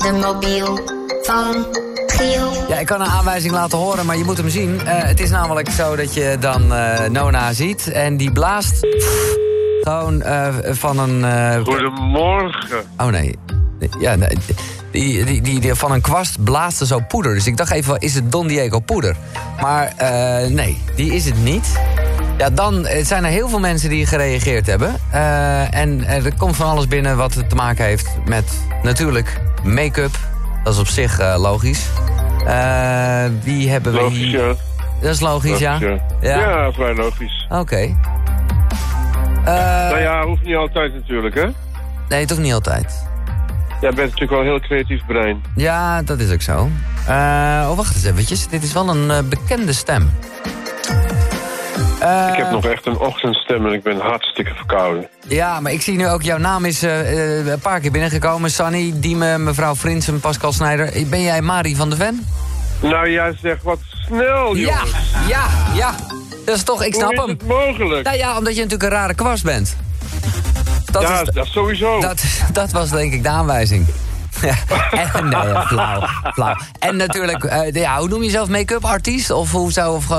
de mobiel van Giel. Ja, ik kan een aanwijzing laten horen, maar je moet hem zien. Het is namelijk zo dat je dan Nona ziet en die blaast gewoon van een... Goedemorgen. Oh nee. Ja, nee. Die van een kwast blaastte zo poeder. Dus ik dacht even, is het Don Diego poeder? Maar nee, die is het niet. Ja, dan zijn er heel veel mensen die gereageerd hebben. En er komt van alles binnen wat te maken heeft met natuurlijk make-up. Dat is op zich logisch. Wie hebben we Logisch, hier? ja. Dat is logisch, ja? Ja, vrij logisch. Oké. Nou ja, hoeft niet altijd natuurlijk, hè? Nee, toch niet altijd. Jij bent natuurlijk wel een heel creatief brein. Ja, dat is ook zo. Wacht eens eventjes. Dit is wel een bekende stem. Ik heb nog echt een ochtendstem en ik ben hartstikke verkouden. Ja, maar ik zie nu ook, jouw naam is een paar keer binnengekomen. Sanny, Dieme, mevrouw Frinsen, Pascal Snijder. Ben jij Marie van de Ven? Nou, jij zegt wat snel, jongens. Ja. Dat is toch, ik snap hem. Hoe is het mogelijk? Nou ja, omdat je natuurlijk een rare kwast bent. Dat is sowieso. Dat was denk ik de aanwijzing. En, nee, flauw. En natuurlijk, hoe noem je jezelf? Make-up artiest? Of wat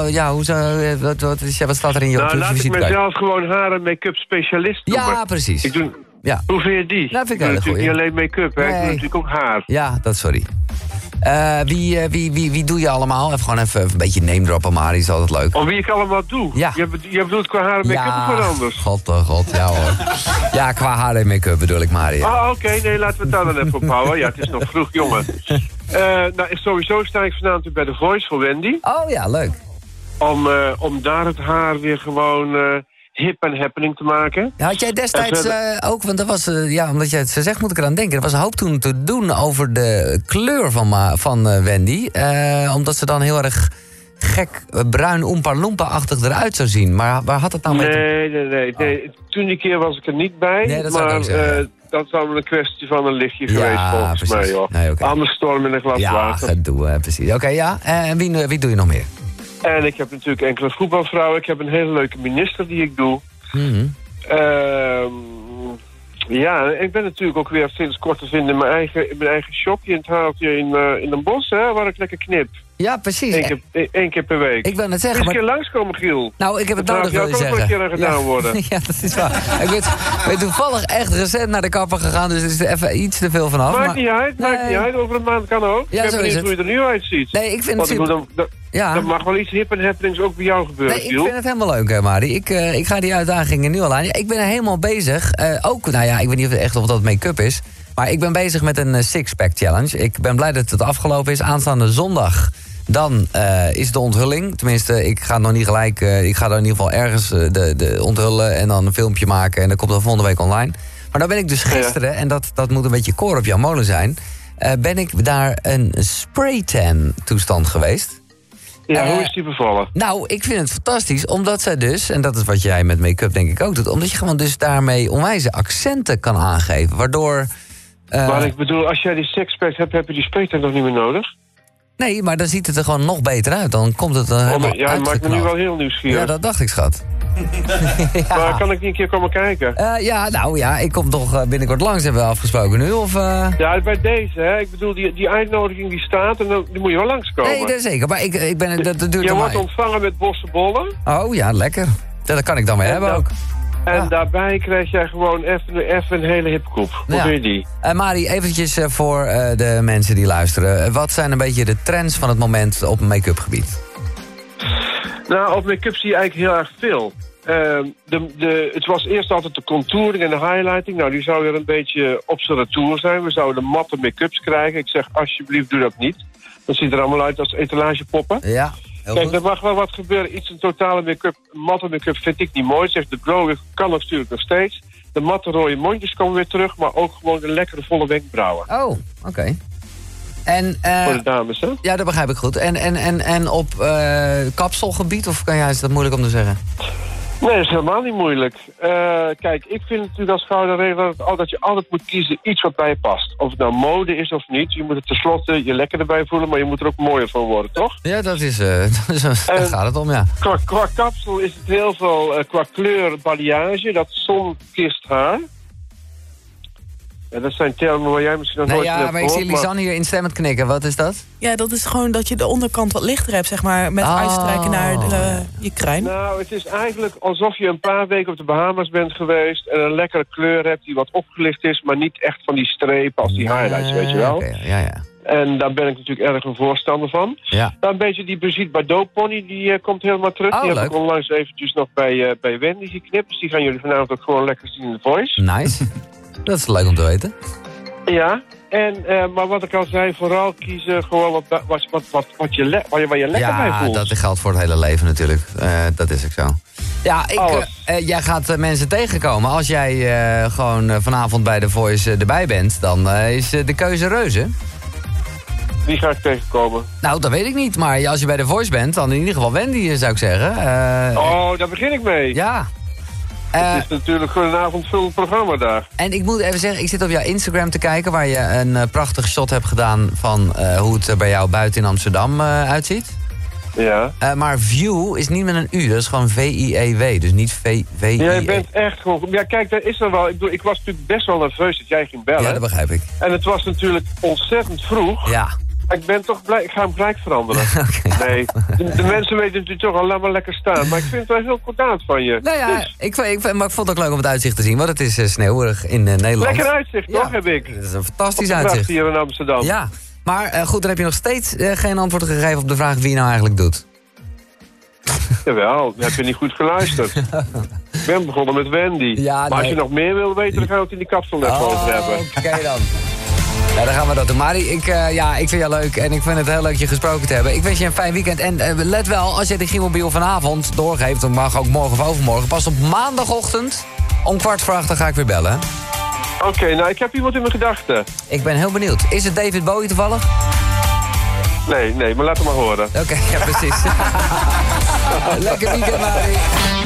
staat er in je Nou, laat ik visitekaart? mezelf gewoon haar- en make-up specialist noemen. Ja, precies. Ik doe... Ja. Hoe vind je die? Dat vind ik doe heel goed. natuurlijk niet alleen make-up, hè? Ik doe natuurlijk ook haar. Ja, dat sorry. Wie doe je allemaal? Even een beetje name droppen, Marie, is altijd leuk. Om wie ik allemaal doe? Ja. Je bedoelt qua haar en make-up of wat anders? God, ja hoor. Ja, qua haar en make-up bedoel ik, Marie. Oké, nee, laten we het daar dan even op houden. Ja, het is nog vroeg, jongen. Sowieso sta ik vanavond bij The Voice voor Wendy. Oh ja, leuk. Om daar het haar weer gewoon hip en happening te maken. Had jij destijds ook, want dat was, omdat jij het zo zegt, moet ik eraan denken. Er was een hoop toen te doen over de kleur van Wendy. Omdat ze dan heel erg gek, bruin, Oompa Loompa-achtig eruit zou zien. Maar waar had het nou mee Nee. Toen die keer was ik er niet bij. Nee, dat zou ik ook zeggen. Dat zou wel een kwestie van een lichtje geweest, volgens precies. mij, joh. Nee, okay. Anders storm in een glas water. Ja, gedoe, precies. Oké, ja. En wie doe je nog meer? En ik heb natuurlijk enkele voetbalvrouwen. Ik heb een hele leuke minister die ik doe. Mm-hmm. Ja, ik ben natuurlijk ook weer sinds kort te vinden in mijn eigen shopje in het Haaltje in Den Bosch, hè, waar ik lekker knip. Ja, precies. Eén keer per week. Ik wil net zeggen, een keer langskomen, Giel. Nou, ik heb het nodig, wil je zeggen. Dat moet een keer aan gedaan worden. Ja, dat is waar. Ik ben toevallig echt recent naar de kapper gegaan, dus er is er even iets te veel vanaf. Maakt niet uit. Over een maand kan ook. Ja, ik weet niet hoe je er nu uitziet. Nee, ik vind het dat mag wel iets hip en happenings ook bij jou gebeuren, Nee, ik vind het helemaal leuk, Marie. Ik ga die uitdagingen nu al aan. Ja, ik ben er helemaal bezig. Ook, ik weet niet of dat make-up is. Maar ik ben bezig met een six-pack challenge. Ik ben blij dat het afgelopen is. Aanstaande zondag. Dan is de onthulling. Tenminste, ik ga het nog niet gelijk. Ik ga er in ieder geval ergens de onthullen. En dan een filmpje maken. En dat komt dan volgende week online. Maar dan ben ik dus gisteren. En dat moet een beetje koor op jouw molen zijn. Ben ik daar een spraytan toestand geweest. Ja, hoe is die bevallen? Nou, ik vind het fantastisch, omdat zij dus, en dat is wat jij met make-up denk ik ook doet, omdat je gewoon dus daarmee onwijze accenten kan aangeven, waardoor... Maar ik bedoel, als jij die sixpack hebt, heb je die spraytan nog niet meer nodig? Nee, maar dan ziet het er gewoon nog beter uit. Dan komt het er helemaal Ja, dat maakt me nu wel heel nieuwsgierig. Ja, dat dacht ik, schat. Ja. Maar kan ik niet een keer komen kijken? Ik kom toch binnenkort langs, hebben we afgesproken nu, of... Ja, bij deze, hè. Ik bedoel, die uitnodiging die staat en dan moet je wel langskomen. Nee, dat zeker, maar ik ben... Dat duurt je wordt ontvangen met bossenbollen. Oh, ja, lekker. Dat kan ik dan weer hebben ook. En daarbij krijg jij gewoon even een hele hipkoep. Hoe doe je die? Marie, eventjes voor de mensen die luisteren. Wat zijn een beetje de trends van het moment op make-up gebied? Nou, op make-up zie je eigenlijk heel erg veel. Het was eerst altijd de contouring en de highlighting. Nou, die zou weer een beetje op zijn retour zijn. We zouden matte make-ups krijgen. Ik zeg, alsjeblieft, doe dat niet. Dat ziet er allemaal uit als etalagepoppen. Ja. Kijk, er mag wel wat gebeuren. Iets een totale make-up, matte make-up vind ik niet mooi. Zeg, de glow kan natuurlijk nog steeds. De matte rode mondjes komen weer terug. Maar ook gewoon de lekkere volle wenkbrauwen. Oh, oké. En, voor de dames, hè? Ja, dat begrijp ik goed. En op kapselgebied, of is dat moeilijk om te zeggen? Nee, dat is helemaal niet moeilijk. Kijk, ik vind natuurlijk als gouden regel dat je altijd moet kiezen iets wat bij je past. Of het nou mode is of niet. Je moet het tenslotte je lekker erbij voelen, maar je moet er ook mooier van worden, toch? Ja, daar gaat het om, ja. Qua kapsel is het heel veel qua kleur, balayage, dat zonkist haar. Ja, dat zijn termen waar jij misschien nog nooit van hebt maar ik zie gehoord, Lisanne hier instemmend knikken. Wat is dat? Ja, dat is gewoon dat je de onderkant wat lichter hebt, zeg maar. Met uitstrijken naar je kruin. Nou, het is eigenlijk alsof je een paar weken op de Bahama's bent geweest... en een lekkere kleur hebt die wat opgelicht is... maar niet echt van die strepen als die highlights, weet je wel. Okay, ja. En daar ben ik natuurlijk erg een voorstander van. Ja. Dan een beetje die Brigitte Bardot pony, die komt helemaal terug. Die heb ik onlangs eventjes nog bij Wendy geknipt. Dus die gaan jullie vanavond ook gewoon lekker zien in The Voice. Nice. Dat is leuk om te weten. Ja, maar wat ik al zei, vooral kiezen gewoon waar je lekker bij voelt. Ja, dat geldt voor het hele leven natuurlijk. Dat is ook zo. Ja, jij gaat mensen tegenkomen. Als jij gewoon vanavond bij The Voice erbij bent, dan is de keuze reuze. Wie ga ik tegenkomen? Nou, dat weet ik niet. Maar als je bij The Voice bent, dan in ieder geval Wendy, zou ik zeggen. Daar begin ik mee. Ja. Het is natuurlijk gewoon een avondvullend programma daar. En ik moet even zeggen, ik zit op jouw Instagram te kijken... waar je een prachtig shot hebt gedaan van hoe het er bij jou buiten in Amsterdam uitziet. Ja. Maar view is niet met een U, dat is gewoon V-I-E-W, dus niet V-I-E. Ja, je bent echt gewoon... Ja, kijk, daar is er wel... Ik was natuurlijk best wel nerveus dat jij ging bellen. Ja, dat begrijp ik. En het was natuurlijk ontzettend vroeg. Ja. Ik ben toch blij, ik ga hem gelijk veranderen. Okay. Nee, de mensen weten natuurlijk toch al, laat maar lekker staan. Maar ik vind het wel heel kordaat van je. Nou ja, dus. Maar ik vond het ook leuk om het uitzicht te zien, want het is sneeuwig in Nederland. Lekker uitzicht, toch, heb ik. Het is een fantastisch uitzicht. Hier in Amsterdam. Ja, maar goed, dan heb je nog steeds geen antwoord gegeven op de vraag wie je nou eigenlijk doet. Jawel, heb je niet goed geluisterd. Ik ben begonnen met Wendy. Ja, maar als je nog meer wil weten, dan gaan we het in die kapsel even over hebben. Oké dan. Ja, dan gaan we dat doen. Mari, ik vind jou leuk en ik vind het heel leuk je gesproken te hebben. Ik wens je een fijn weekend. En let wel, als je de Gielmobiel vanavond doorgeeft... dan mag ook morgen of overmorgen. Pas op maandagochtend om 7:15 ga ik weer bellen. Oké, nou ik heb iemand in mijn gedachten. Ik ben heel benieuwd. Is het David Bowie toevallig? Nee, maar laat hem maar horen. Oké, ja precies. Lekker weekend, Mari.